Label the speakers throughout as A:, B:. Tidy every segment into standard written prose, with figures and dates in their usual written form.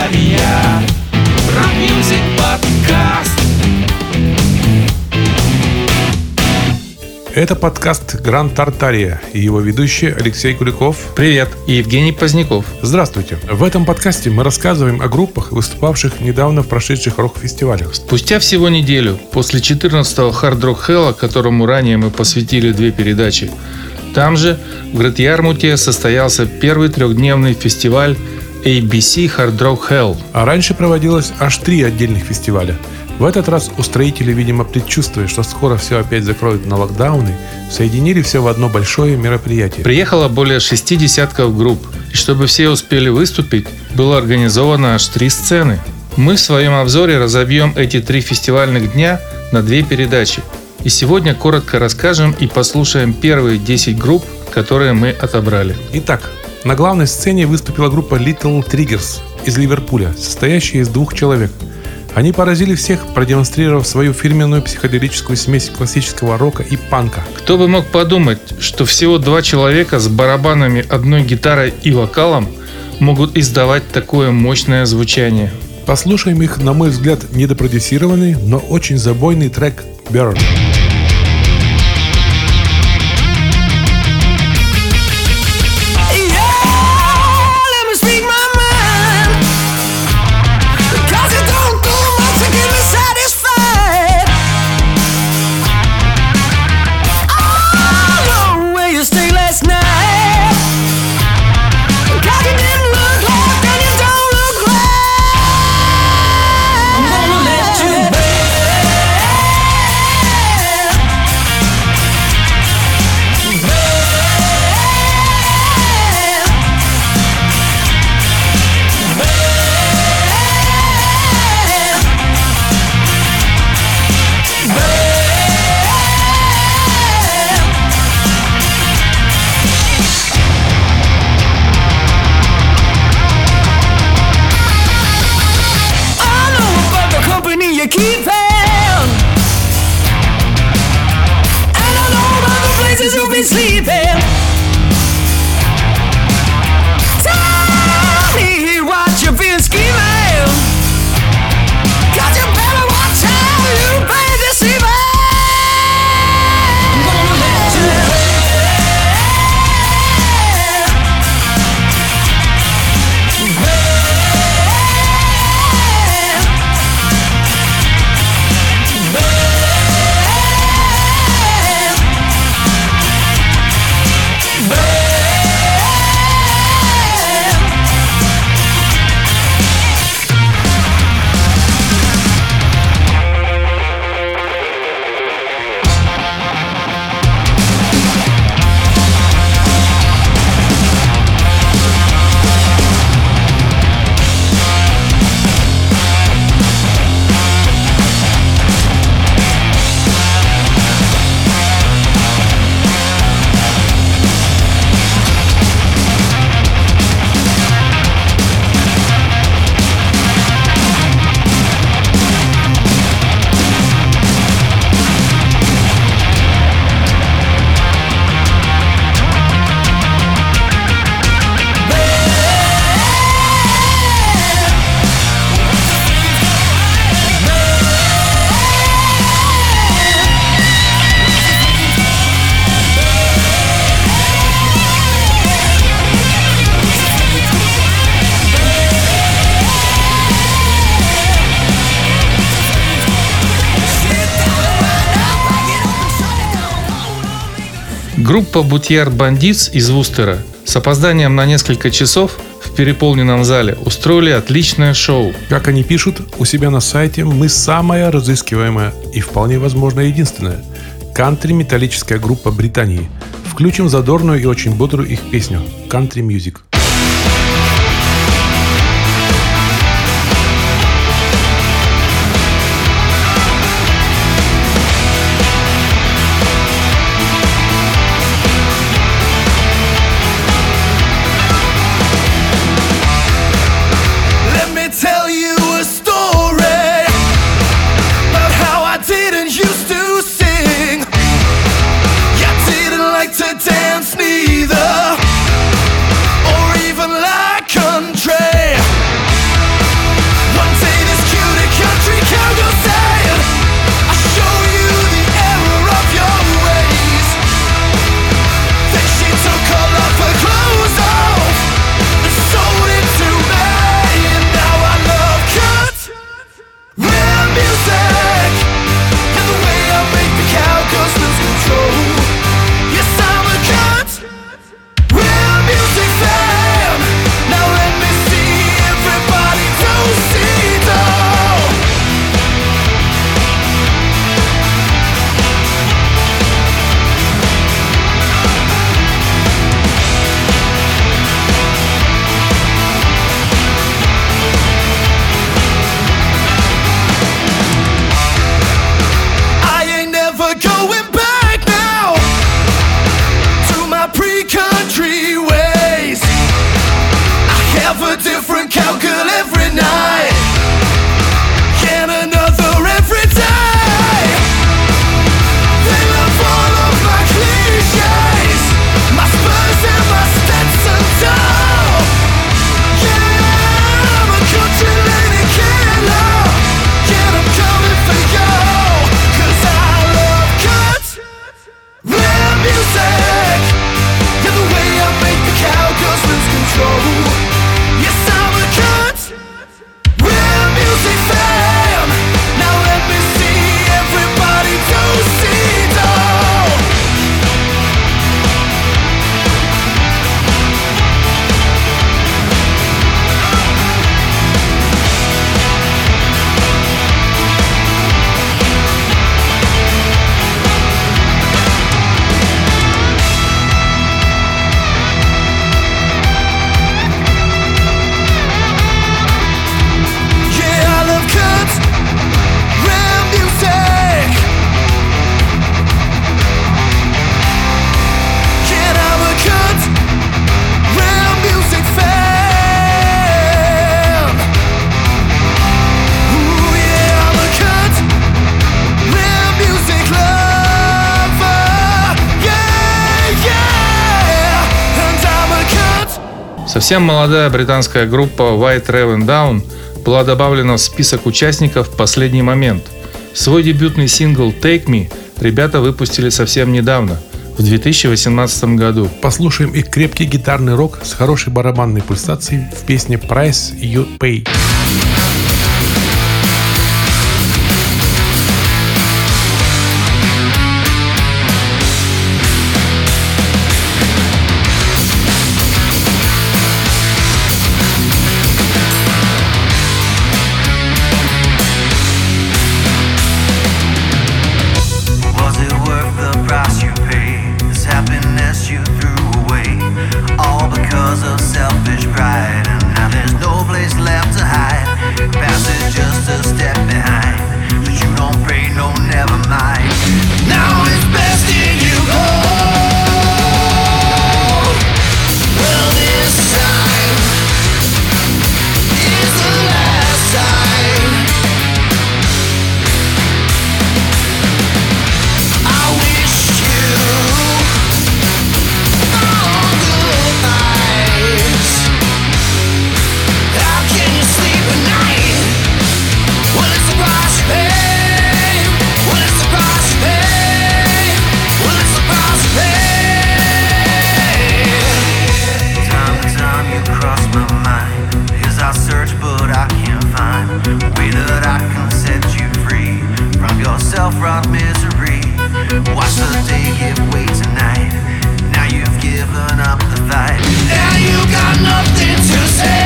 A: Тартария. Рок-мьюзик подкаст.
B: Это подкаст «Гранд Тартария» и его ведущий Алексей Куликов.
C: Привет. И Евгений Поздняков.
B: Здравствуйте. В этом подкасте мы рассказываем о группах, выступавших недавно в прошедших рок-фестивалях.
C: Спустя всего неделю после 14-го Hard Rock Hell, которому ранее мы посвятили 2 передачи, там же, в Грет-Ярмуте, состоялся первый 3-дневный фестиваль ABC Hard Rock Hell.
B: А раньше проводилось аж 3 отдельных фестиваля. В этот раз устроители, видимо, предчувствуя, что скоро все опять закроют на локдауны, соединили все в одно большое мероприятие.
C: Приехало более 6 десятков групп, и чтобы все успели выступить, было организовано аж 3 сцены. Мы в своем обзоре разобьем эти 3 фестивальных дня на 2 передачи. И сегодня коротко расскажем и послушаем первые 10 групп, которые мы отобрали.
B: Итак, на главной сцене выступила группа Little Triggers из Ливерпуля, состоящая из 2 человек. Они поразили всех, продемонстрировав свою фирменную психоделическую смесь классического рока и панка.
C: Кто бы мог подумать, что всего 2 человека с барабанами, 1 гитарой и вокалом могут издавать такое мощное звучание.
B: Послушаем их, на мой взгляд, недопродюсированный, но очень забойный трек «Burn».
C: Группа Bootyard Bandits из Вустера с опозданием на несколько часов в переполненном зале устроили отличное шоу.
B: Как они пишут у себя на сайте, мы самая разыскиваемая и вполне возможно единственная кантри-металлическая группа Британии. Включим задорную и очень бодрую их песню «Country Music».
A: Dance neither, or have a different cowgirl every night, and another every day. They love all of my cliches, my Spurs and my Stetson doll. Yeah, I'm a country lady killer, and I'm coming for you, 'cause I love cuts, rap music, and the way I make the cowgirls lose control. Yes, I'm a cut, rap music fan. Now let me see everybody do see-do. Yeah, I love cuts, rap music. Yeah, I'm a cut, rap music fan. Ooh, yeah, I'm a cut, rap music lover. Yeah, yeah, and I'm a cut.
C: Совсем молодая британская группа White Raven Down была добавлена в список участников в последний момент. Свой дебютный сингл «Take Me» ребята выпустили совсем недавно, в 2018 году.
B: Послушаем их крепкий гитарный рок с хорошей барабанной пульсацией в песне «Price You Pay».
D: Was it worth the price you paid? This happiness you threw away, all because of selfish pride. And now there's no place left to hide. Past is just a step behind, but you don't pray, no, never mind.
A: Now it's best if you go. Well, this time is the last time. I wish you all good nights. How can you sleep at night? Well, it's the price you pay. Well, it's the price you pay. Well, it's the price you pay.
D: Time to time you cross my mind, as I search but I can't find a way that I can set you free from your self-wrought misery. Watch the day give way tonight. Now you've given up the fight.
A: Now you got nothing to say.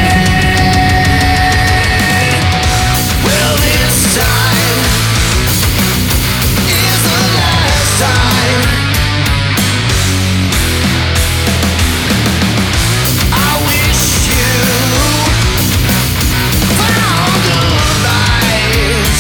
A: Well, this time is the last time. I wish you found good light.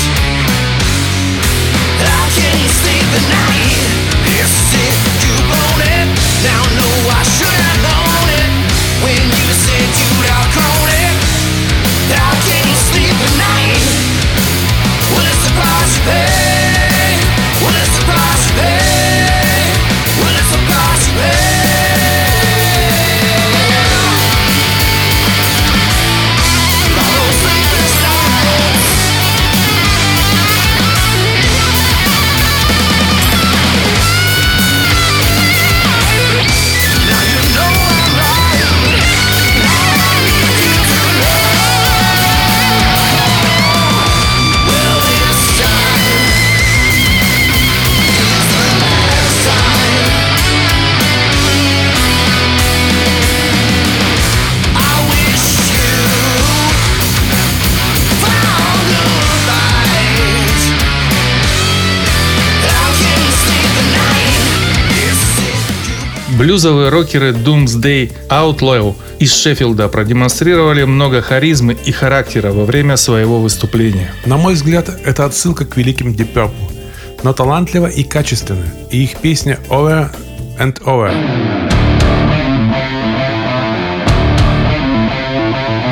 A: How can you sleep at night? Yes, it, you blown it. Now know I should have known it when you said you'd outgrown it. How can you sleep at night? Well, it's the price you pay. Well, it's the price you pay. Well, it's the price you pay. All those sleepless nights. Now you know I'm right. Now I need you to know. Well, this time is the last time. I wish you found good light. How can you sleep at night? Yes,
C: Блюзовые рокеры Doomsday Outlaw из Шеффилда продемонстрировали много харизмы и характера во время своего выступления.
B: На мой взгляд, это отсылка к великим Deep Purple, но талантливо и качественно, и их песня «Over and Over».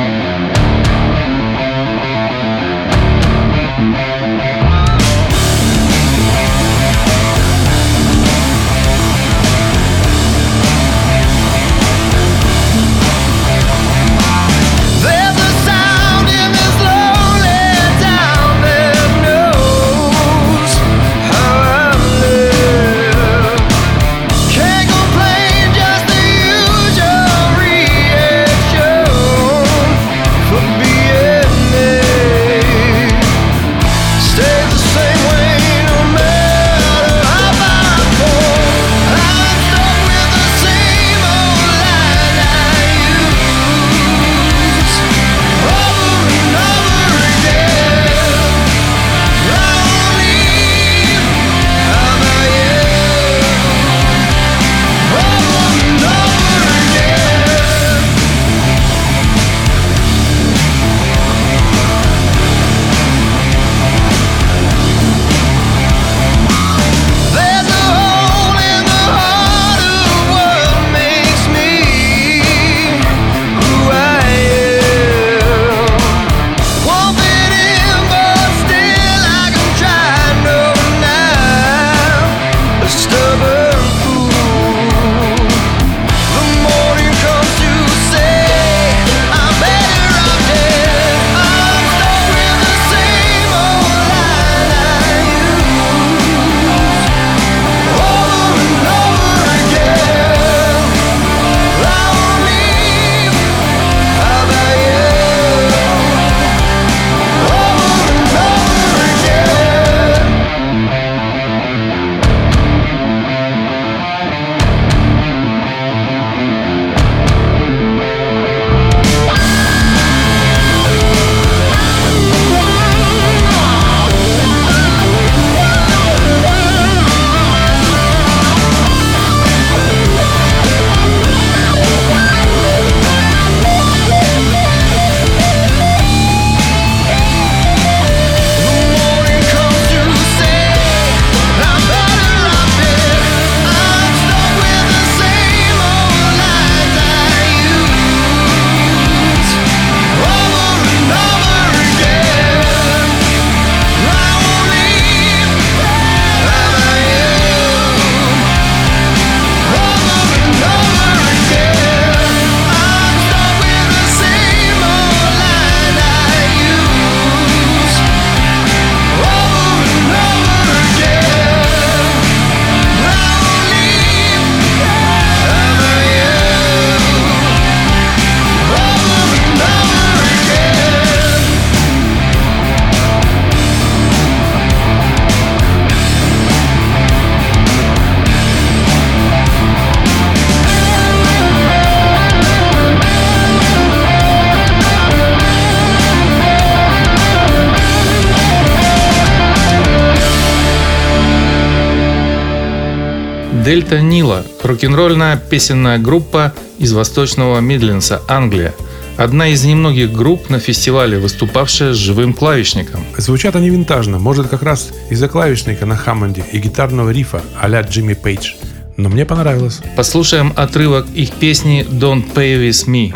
C: Дельта Нила – рок-н-ролльная песенная группа из восточного Мидлендса, Англия. Одна из немногих групп на фестивале, выступавшая с живым клавишником.
B: Звучат они винтажно, может, как раз из-за клавишника на Хаммонде и гитарного рифа а-ля Джимми Пейдж. Но мне понравилось.
C: Послушаем отрывок их песни «Don't Pay With Me».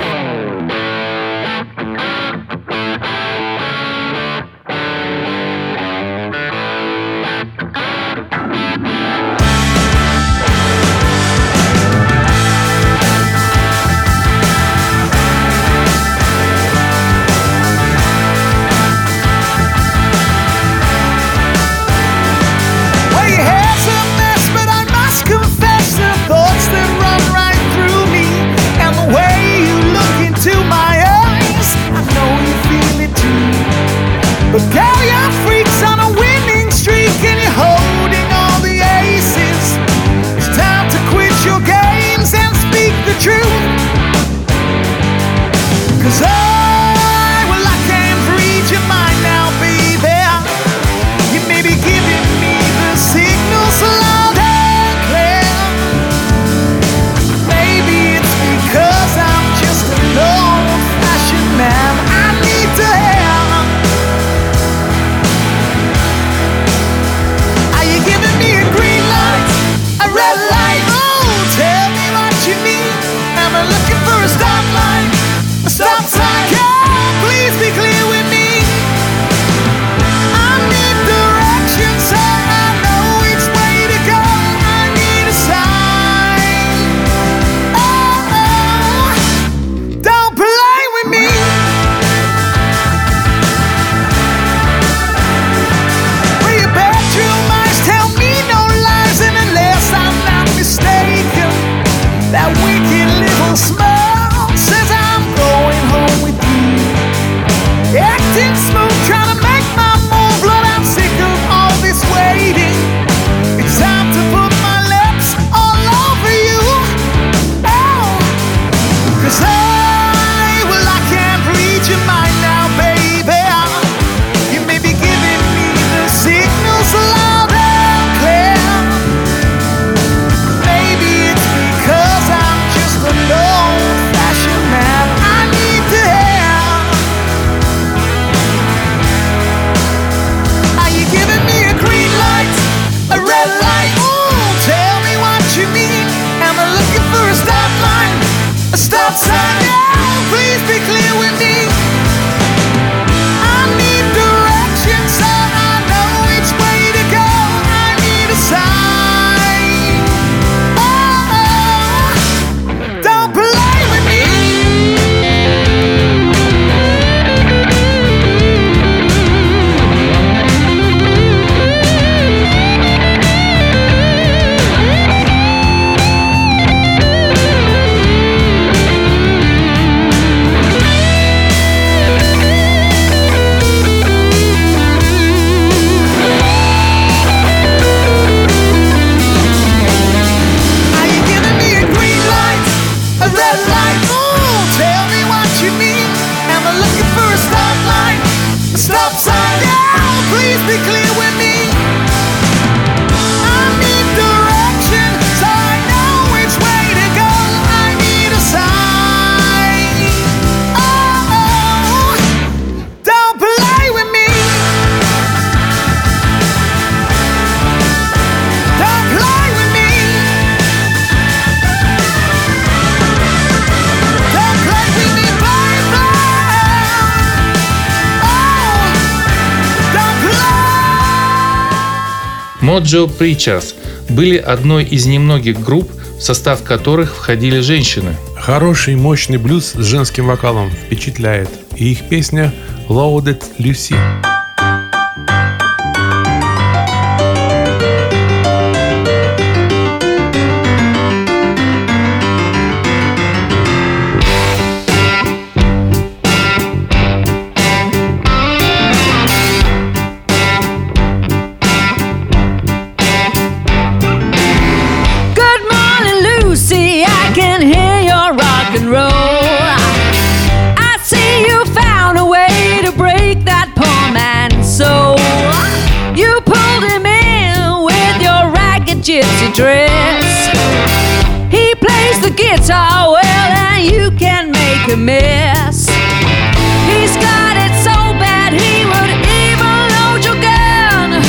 A: Well, your hair's a mess, but I must confess the thoughts that run right through me, and the way you look into my eyes, I know you feel it too. But girl, you're freaks on a winning streak, and you're holding all the aces. It's time to quit your games and speak the truth. 'Cause I can't read your mind now, baby. You may be giving me the signals loud and clear. Maybe it's because I'm just an old-fashioned man. I need to hear. Are you giving me a green light, a red light? Oh, tell me what you mean. Am I looking for a stop line, a stop sign? Yeah, please be clear with me. I need direction, so I know which way to go. I need a sign. Oh, don't play with me. Well, your bedroom eyes tell me no lies, and unless I'm not mistaken, that wicked little smile says I'm going home with you. Acting smooth, trying to make my move, Lord, I'm sick of all this waiting. It's time to put my lips all over you. Oh, 'cause I can't read your mind now, baby. You may be giving me the signals loud and clear. Maybe it's because I'm just an old-fashioned man. I need to hear. Are you giving me a green light, a red light? Ooh, tell me what you mean. Am I looking for a stop line, a stop sign? Yeah, please be clear with me. I need direction, so I know which way to go. I need a sign. Oh, don't play with me. Are you giving me a green light, a red light? Ooh, tell me what you mean. Am I looking for a stop line, a stop sign? Yeah, please be clear with me. I need direction, so I know which way to go. I need a sign. Oh, don't play with me. Don't play with me. Don't play with me, baby. Oh, don't play.
C: Mojo Preachers были одной из немногих групп, в состав которых входили женщины.
B: Хороший, мощный блюз с женским вокалом впечатляет. И их песня «Loaded Lucy».
E: Good morning, Lucy. I can hear your rock and roll. I see you found a way to break that poor man's soul. You pulled him in with your ragged gypsy dress. guitar well and you can make a mess. He's got it so bad he would even load your gun.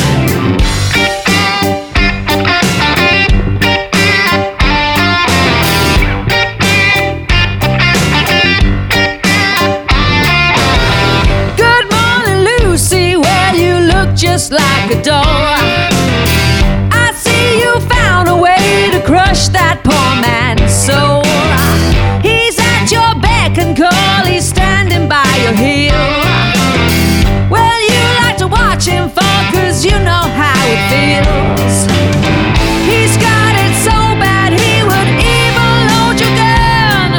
E: Good morning, Lucy. Well, you look just like a doll. I see you found a way to crush that poor man's soul. He's at your beck and call. He's standing by your heel. Well, you like to watch him fall, 'cause you know how it feels. He's got it so bad he would even load your gun.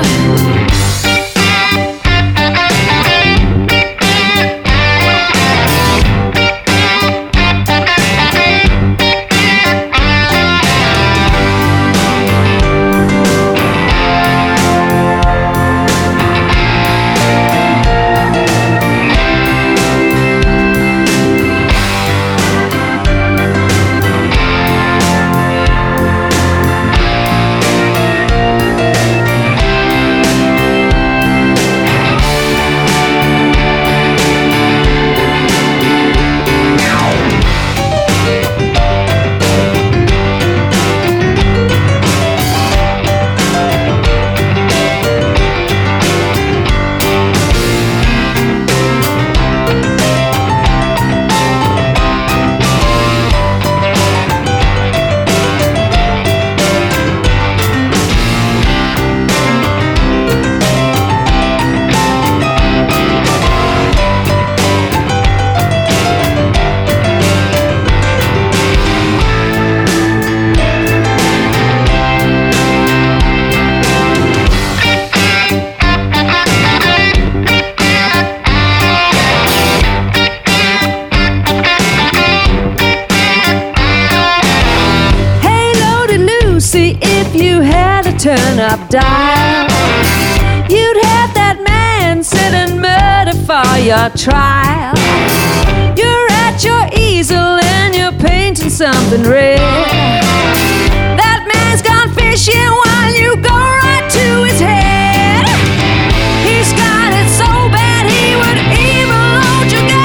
E: Turn-up dial, you'd have that man sit and murder for your trial. You're at your easel and you're painting something red. That man's gone fishing while you go right to his head. He's got it so bad he would even load your gun.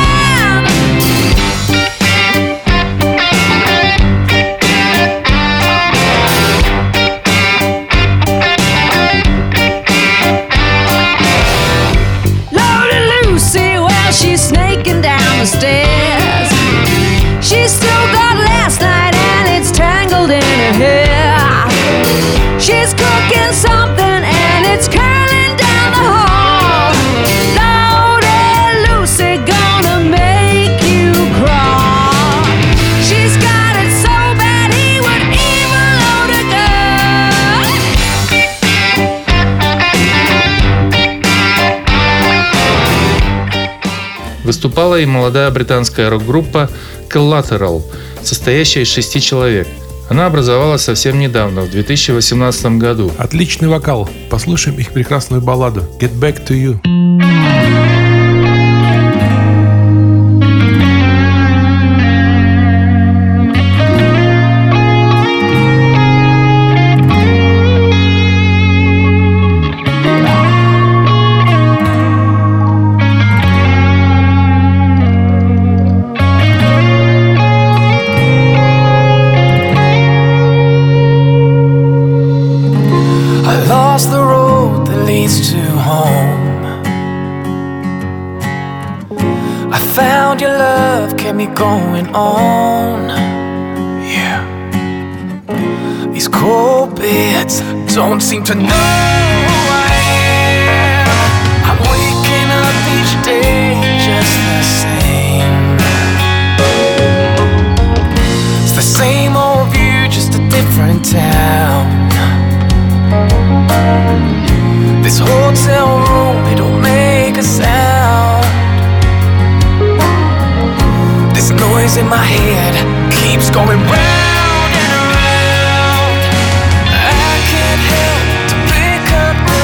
E: She's snaking down the stairs. She's still got last night and it's tangled in her hair. She's cooking something and it's curling down the hall. Loaded Lucy gonna make you crawl. She's got it so bad he would even load a gun.
C: Выступала и молодая британская рок-группа Collateral, состоящая из 6 человек. Она образовалась совсем недавно, в 2018 году.
B: Отличный вокал. Послушаем их прекрасную балладу «Get Back to You».
A: Found your love, kept me going on. Yeah. These cold beds don't seem to know who I am. I'm waking up each day just the same. It's the same old view, just a different town. This hotel room, it don't make a sound. This noise in my head keeps going round and around. I can't help to pick up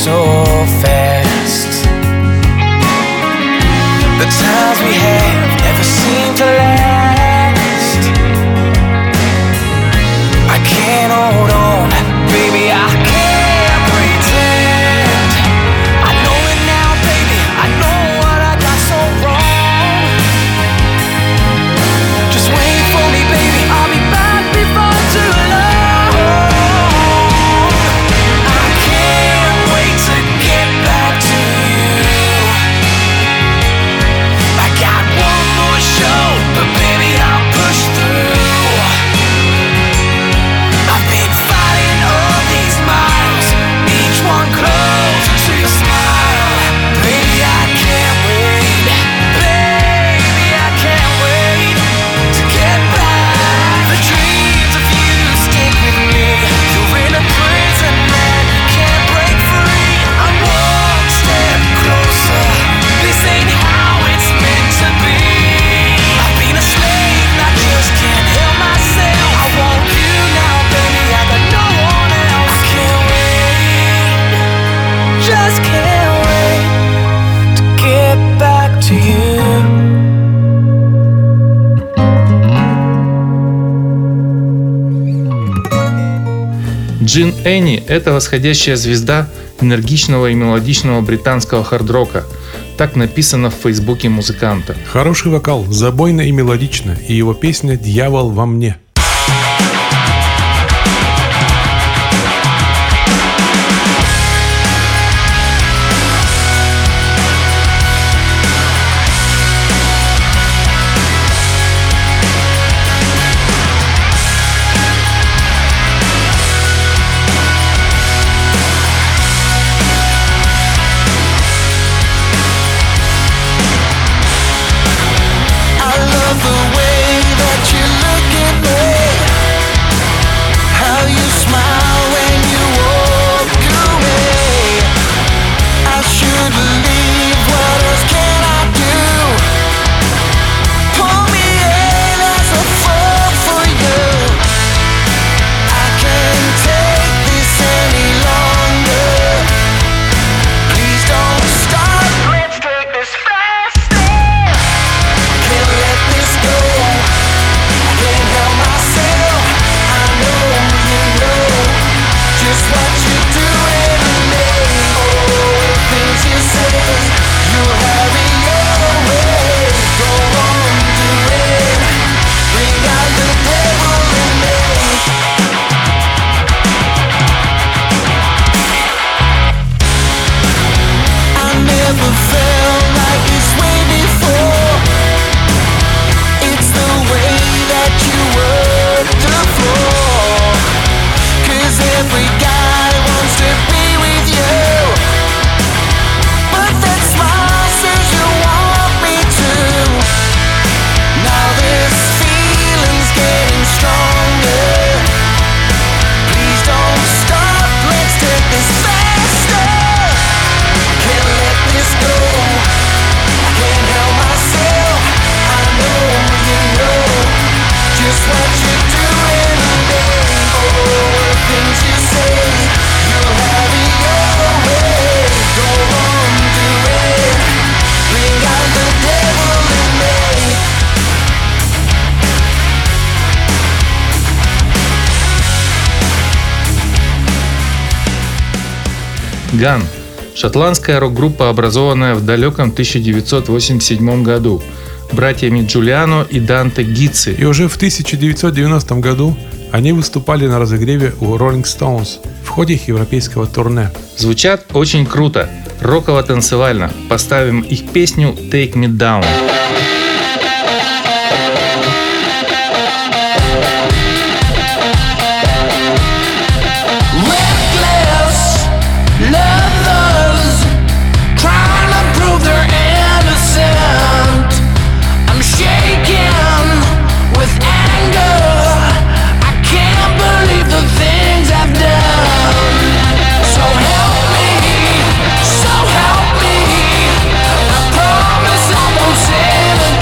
A: so fast. The times we have never seem to last. I can't hold on, baby, I can't pretend. I know it now, baby, I know what I got so wrong. Just wait for me, baby, I'll be back before too long. I can't wait to get back to you. I got one more show, but baby, I'll push through. I've been fighting all these miles, each one close to your smile. Baby, I can't wait. Baby, I can't wait to get back. The dreams of you stick with me. You're in a prison, man, you can't break free. I'm one step closer. This ain't how it's meant to be. I've been a slave, and I just can't help myself. I want you now, baby, I got no one else. I can't wait, just can't wait to get back to you.
C: Джин Энни – это восходящая звезда энергичного и мелодичного британского хард-рока. Так написано в фейсбуке музыканта.
B: Хороший вокал, забойно и мелодично, и его песня «Дьявол во мне».
A: I love the way that you look at me, how you smile when you walk away. I should leave, what else can I do? Pull me in as a fall for you. I can't take this any longer. Please don't stop, let's take this fast step. Can't let this go. I can't help myself. I know you know just what you're doing to me. Oh, things you say, you'll have it your way. Go on, do it. Bring out the devil in me. I never felt like this way before. It's the way that you work the floor. 'Cause every guy wants to be with you, but that smile says you want me to. Now this feeling's getting stronger. Please don't stop, let's take this faster. Can't let this go. I can't help myself. I know you know just what you're doing to me. Oh, things you say, you'll have it your way. Go on, do it. Bring out the devil in me.
C: Ган – шотландская рок-группа, образованная в далеком 1987 году братьями Джулиано и Данте Гитци.
B: И уже в 1990 году они выступали на разогреве у Rolling Stones в ходе их европейского турне.
C: Звучат очень круто, роково-танцевально. Поставим их песню «Take Me Down».
A: Reckless lovers trying to prove they're innocent. I'm shaking with anger. I can't believe the things I've done. So help me, so help me. I promise I won't say the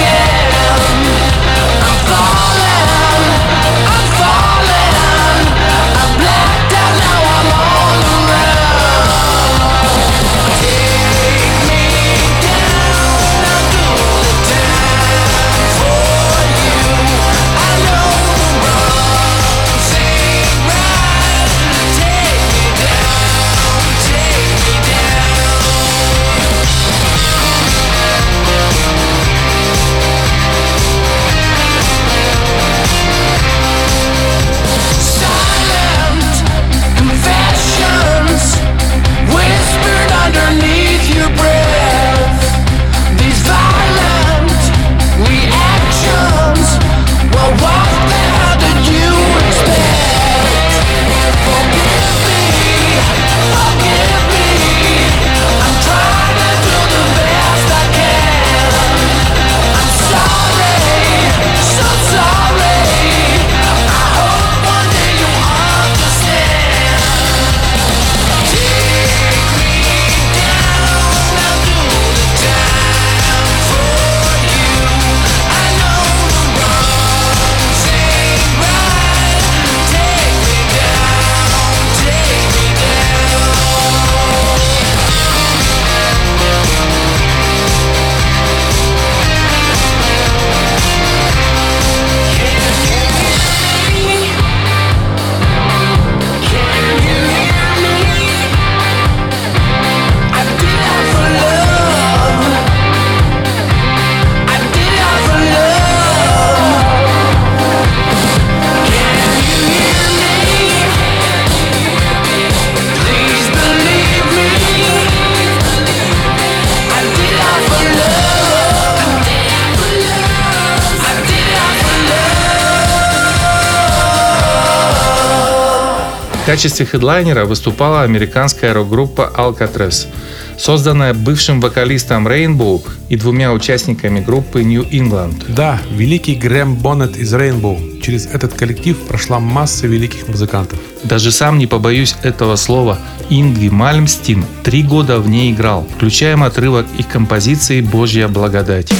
C: качестве хедлайнера выступала американская рок-группа Alcatraz, созданная бывшим вокалистом Rainbow и 2 участниками группы New England.
B: Да, великий Грэм Боннет из Rainbow. Через этот коллектив прошла масса великих музыкантов.
C: Даже сам не побоюсь этого слова, Ингви Мальмстин 3 года в ней играл. Включаем отрывок их композиции «Божья благодать».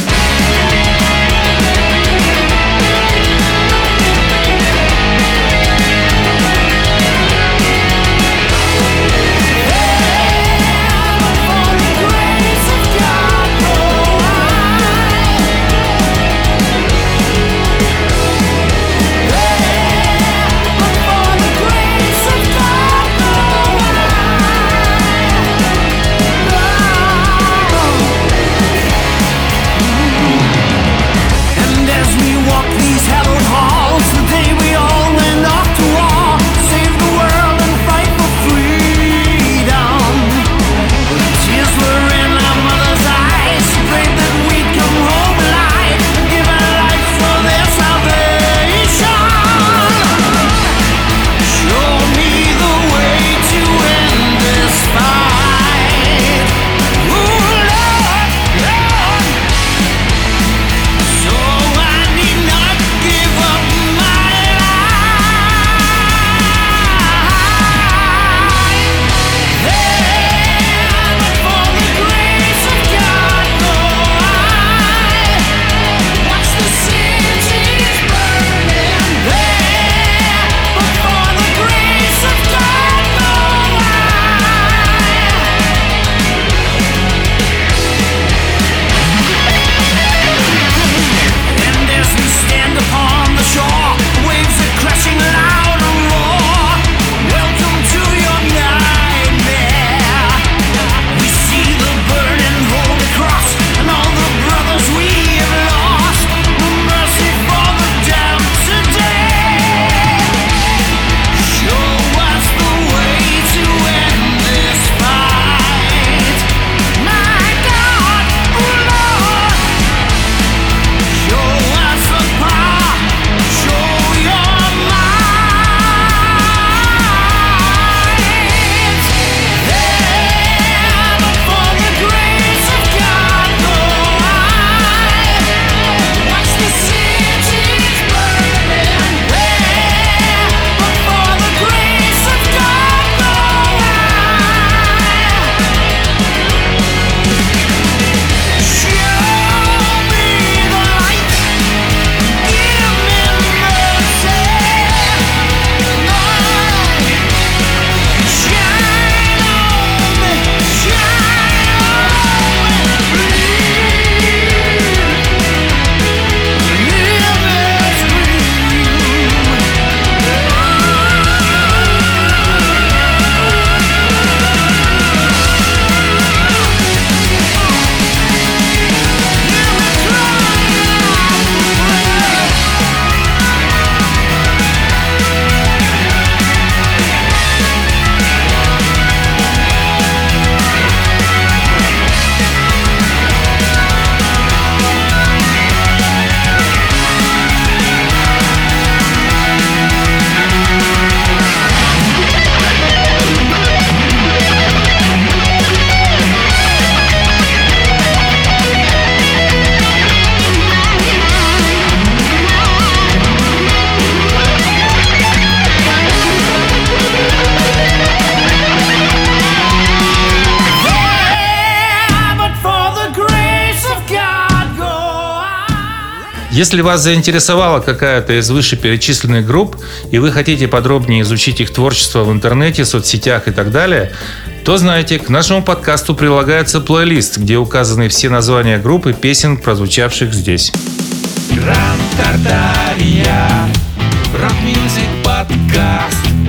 C: Если вас заинтересовала какая-то из вышеперечисленных групп, и вы хотите подробнее изучить их творчество в интернете, соцсетях и так далее, то знайте, к нашему подкасту прилагается плейлист, где указаны все названия групп и песен, прозвучавших здесь.
A: Гран Тартария, Рок Мьюзик Подкаст.